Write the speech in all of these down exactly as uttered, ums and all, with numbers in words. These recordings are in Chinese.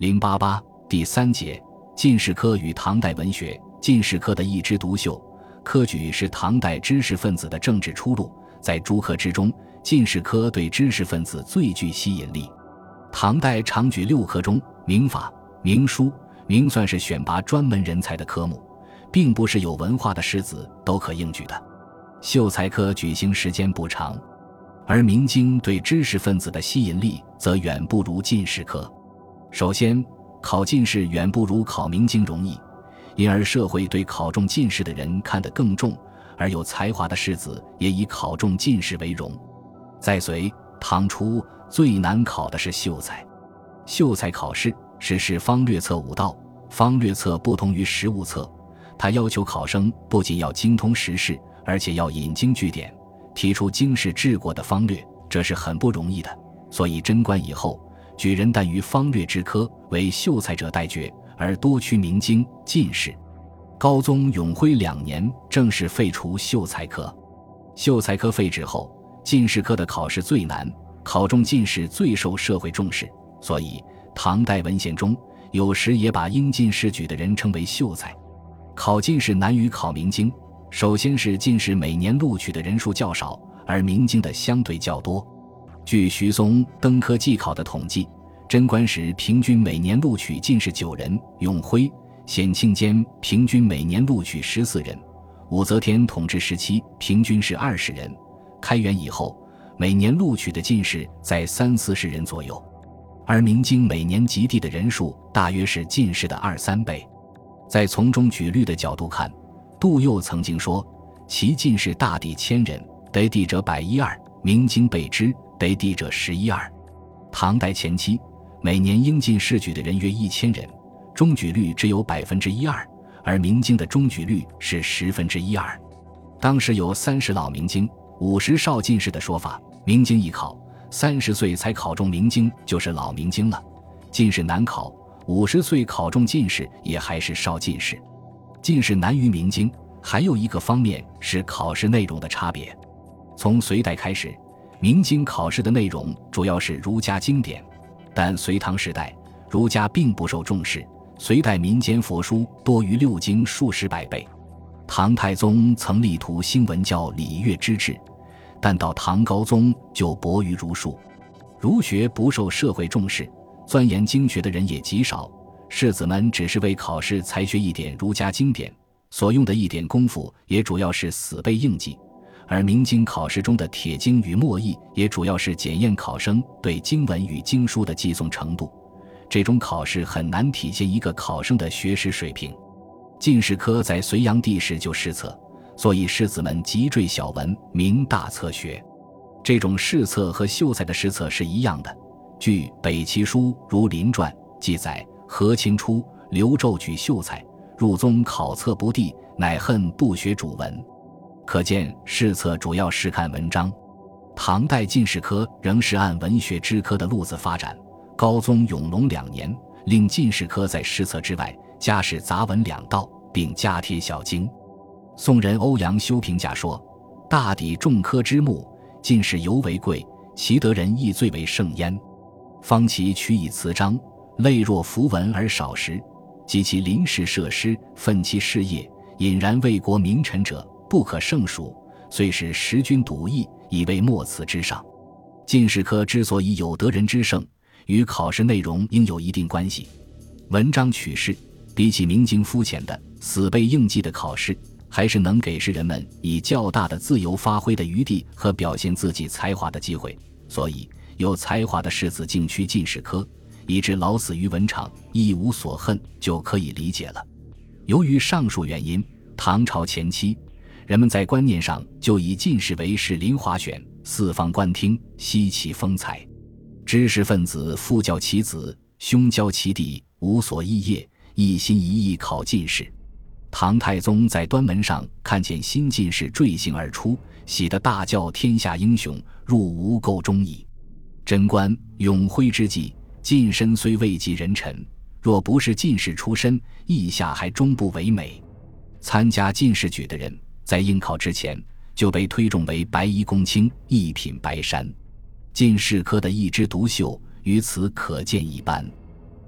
零八八第三节，进士科与唐代文学。进士科的一枝独秀，科举是唐代知识分子的政治出路，在诸科之中，进士科对知识分子最具吸引力。唐代常举六科中，明法、明书、明算是选拔专门人才的科目，并不是有文化的士子都可应举的。秀才科举行时间不长，而明经对知识分子的吸引力则远不如进士科。首先，考进士远不如考明经容易，因而社会对考中进士的人看得更重，而有才华的士子也以考中进士为荣。在隋、唐初最难考的是秀才。秀才考试是试方略册五道，方略册不同于实务册，它要求考生不仅要精通时事，而且要引经据典，提出经世治国的方略，这是很不容易的。所以贞观以后，举人但于方略之科，为秀才者待决，而多趋明经、进士。高宗永徽两年正式废除秀才科。秀才科废止后，进士科的考试最难，考中进士最受社会重视，所以唐代文献中有时也把应进士举的人称为秀才。考进士难于考明经，首先是进士每年录取的人数较少，而明经的相对较多。据徐松《登科纪考》的统计，贞观时平均每年录取进士九人，永徽、显庆间平均每年录取十四人，武则天统治时期平均是二十人，开元以后每年录取的进士在三四十人左右，而明经每年及第的人数大约是进士的二三倍。在从中举律的角度看，杜佑曾经说，其进士大抵千人，得第者百一二，明经备之，得第者十一二。唐代前期每年应进士举的人约一千人，中举率只有百分之一二，而明经的中举率是十分之一二。当时有三十老明经、五十少进士的说法，明经一考，三十岁才考中明经就是老明经了。进士难考，五十岁考中进士也还是少进士。进士难于明经，还有一个方面是考试内容的差别。从隋代开始，明经考试的内容主要是儒家经典，但隋唐时代儒家并不受重视，隋代民间佛书多于六经数十百倍。唐太宗曾力图兴文教礼乐之治，但到唐高宗就薄于儒术。儒学不受社会重视，钻研经学的人也极少，士子们只是为考试才学一点儒家经典，所用的一点功夫也主要是死背硬记，而明经考试中的铁经与默译也主要是检验考生对经文与经书的记诵程度，这种考试很难体现一个考生的学识水平。进士科在隋炀帝时就试册，所以士子们急坠小文，明大册学。这种试册和秀才的试册是一样的。据《北齐书·儒林传》记载，和亲初，刘胄举秀才入宗，考册不第，乃恨不学主文。可见试册主要是看文章。唐代进士科仍是按文学之科的路子发展，高宗永隆两年令进士科在试册之外加使杂文两道，并加贴小经。宋人欧阳修评价说，大抵众科之目，进士尤为贵，其得人亦最为盛焉。方其取以辞章，类若符文而少时，及其临事设施，奋其事业，隐然为国名臣者，不可胜数，虽是识君笃义，以为莫此之上。进士科之所以有得人之盛，与考试内容应有一定关系。文章取士比起明经肤浅的死背硬记的考试，还是能给士人们以较大的自由发挥的余地和表现自己才华的机会，所以有才华的士子进趋进士科，以致老死于文场，一无所恨，就可以理解了。由于上述原因，唐朝前期人们在观念上就以进士为士林华选，四方观听，悉其风采。知识分子父教其子，兄教其弟，无所异业，一心一意考进士。唐太宗在端门上看见新进士坠行而出，喜得大叫天下英雄，入吴垢中矣。贞观、永徽之际，进身虽未及人臣，若不是进士出身，意下还终不为美。参加进士举的人在应考之前就被推重为白衣公卿，一品白衫。进士科的一枝独秀，于此可见一斑。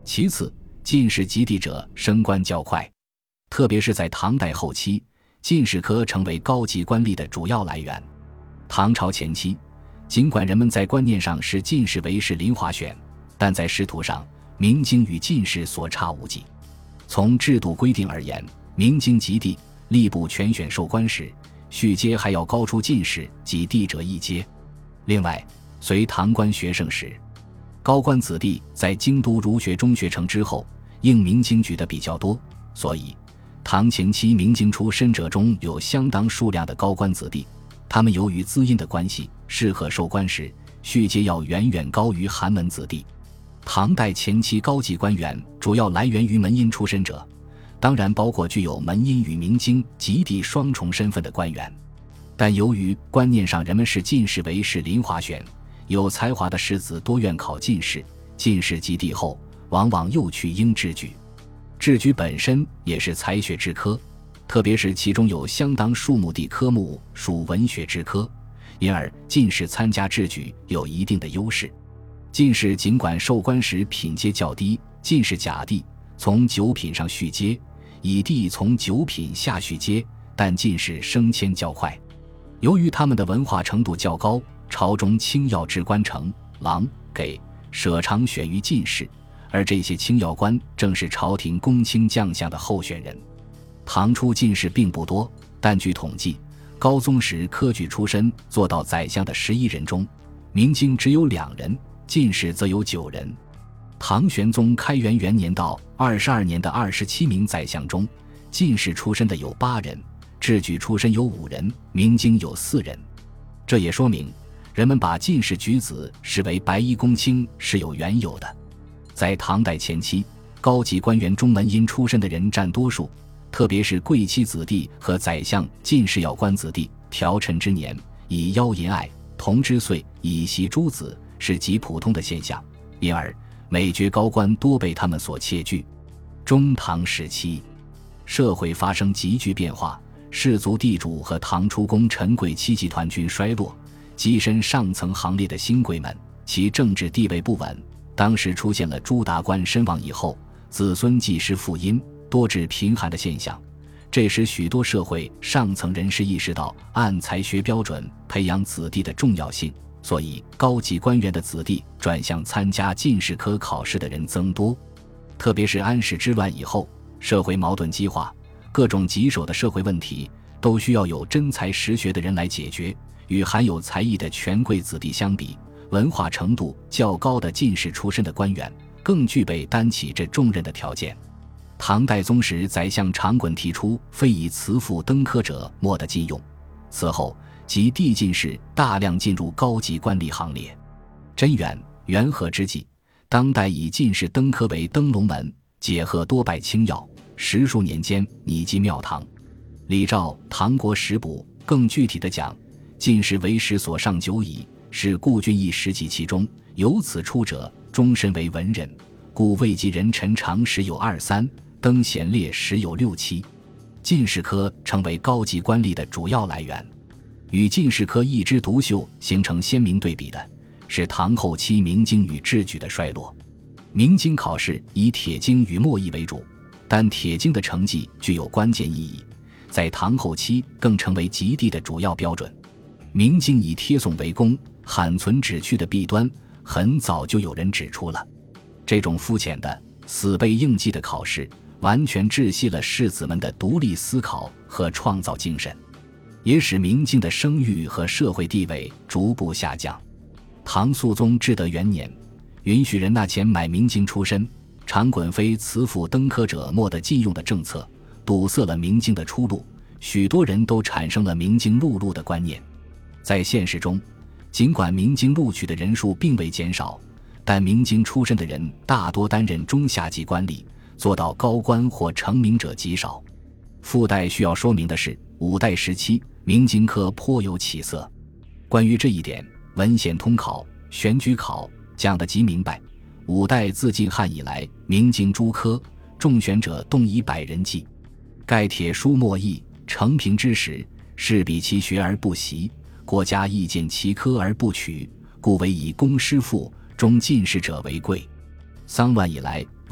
其次，进士及第者升官较快，特别是在唐代后期，进士科成为高级官吏的主要来源。唐朝前期，尽管人们在观念上视进士为是林华选，但在仕途上，明经与进士所差无几。从制度规定而言，明经及第，吏部全选授官时，续阶还要高出进士及第者一阶。另外，随唐官学盛时，高官子弟在京都儒学中学成之后，应明经举的比较多，所以唐前期明经出身者中有相当数量的高官子弟，他们由于资因的关系，适合授官时续阶要远远高于寒门子弟。唐代前期高级官员主要来源于门荫出身者，当然包括具有门荫与明经及第双重身份的官员，但由于观念上人们视进士为是林华选，有才华的士子多愿考进士，进士及第后往往又去应制举。制举本身也是才学之科，特别是其中有相当数目的科目属文学之科，因而进士参加制举有一定的优势。进士尽管授官时品阶较低，进士甲第从九品上续阶，乙第从九品下续阶，但进士升迁较快。由于他们的文化程度较高，朝中轻要之官丞、郎、给、舍常选于进士，而这些轻要官正是朝廷公卿将相的候选人。唐初进士并不多，但据统计，高宗时科举出身做到宰相的十一人中，明经只有两人，进士则有九人。唐玄宗开元元年到二十二年的二十七名宰相中，进士出身的有八人，制举出身有五人，明经有四人。这也说明人们把进士举子视为白衣公卿是有缘由的。在唐代前期，高级官员中门荫出身的人占多数，特别是贵戚子弟和宰相、进士要官子弟，调陈之年，以邀银爱，同之岁，以袭诸子，是极普通的现象，因而美爵高官多被他们所窃据。中唐时期，社会发生急剧变化，士族地主和唐初功臣贵戚集团均衰落，跻身上层行列的新贵们，其政治地位不稳。当时出现了朱达官身亡以后，子孙继室父荫，多致贫寒的现象。这时许多社会上层人士意识到按才学标准培养子弟的重要性，所以高级官员的子弟转向参加进士科考试的人增多。特别是安史之乱以后，社会矛盾激化，各种棘手的社会问题都需要有真才实学的人来解决。与含有才艺的权贵子弟相比，文化程度较高的进士出身的官员更具备担起这重任的条件。唐代宗时，宰相长衮提出非以辞赋登科者莫的禁用，此后即递进士大量进入高级官吏行列。贞元、元和之际，当代以进士登科为登龙门，解贺多拜清要，十数年间拟进庙堂。李肇《唐国史补》更具体地讲，进士为时所上久矣，是故郡邑十几其中，由此出者，终身为文人，故位极人臣常时有二三，登显列时有六七。进士科成为高级官吏的主要来源。与进士科一枝独秀形成鲜明对比的是唐后期明经与制举的衰落。明经考试以铁经与墨役为主，但铁经的成绩具有关键意义，在唐后期更成为及第的主要标准。明经以贴诵为功，罕存旨趣的弊端很早就有人指出了。这种肤浅的死背硬记的考试完全窒息了士子们的独立思考和创造精神，也使明经的声誉和社会地位逐步下降。唐肃宗至德元年，允许人纳钱买明经出身，长衮非辞赋登科者莫的禁用的政策，堵塞了明经的出路，许多人都产生了明经录录的观念。在现实中，尽管明经录取的人数并未减少，但明经出身的人大多担任中下级官吏，做到高官或成名者极少。附带需要说明的是，五代时期明经科颇有起色。关于这一点，文献通考、选举考讲得极明白。五代自晋汉以来，明经诸科中选者动以百人计。盖铁书墨役承平之时，士比其学而不习，国家亦见其科而不取，故为以公师父中进士者为贵。丧乱以来，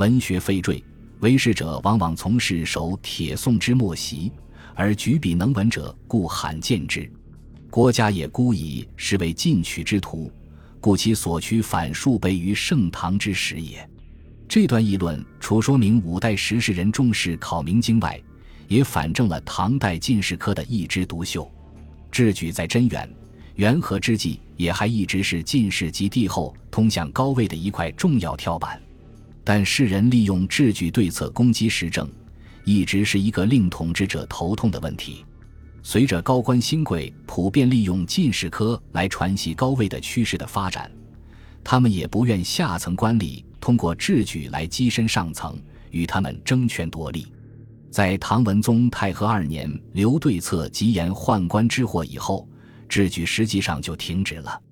文学废坠，为士者往往从事守铁宋之墨习，而举笔能文者故罕见之。国家也孤以是为进取之徒，故其所趋反数倍于盛唐之时也。这段议论除说明五代时士人重视考明经外，也反证了唐代进士科的一枝独秀。制举在贞元、元和之际也还一直是进士及帝后通向高位的一块重要跳板，但士人利用制举对策攻击时政，一直是一个令统治者头痛的问题。随着高官新贵普遍利用进士科来传习高位的趋势的发展，他们也不愿下层官吏通过制举来跻身上层，与他们争权夺利。在唐文宗太和二年刘对策极言宦官之祸以后，制举实际上就停止了。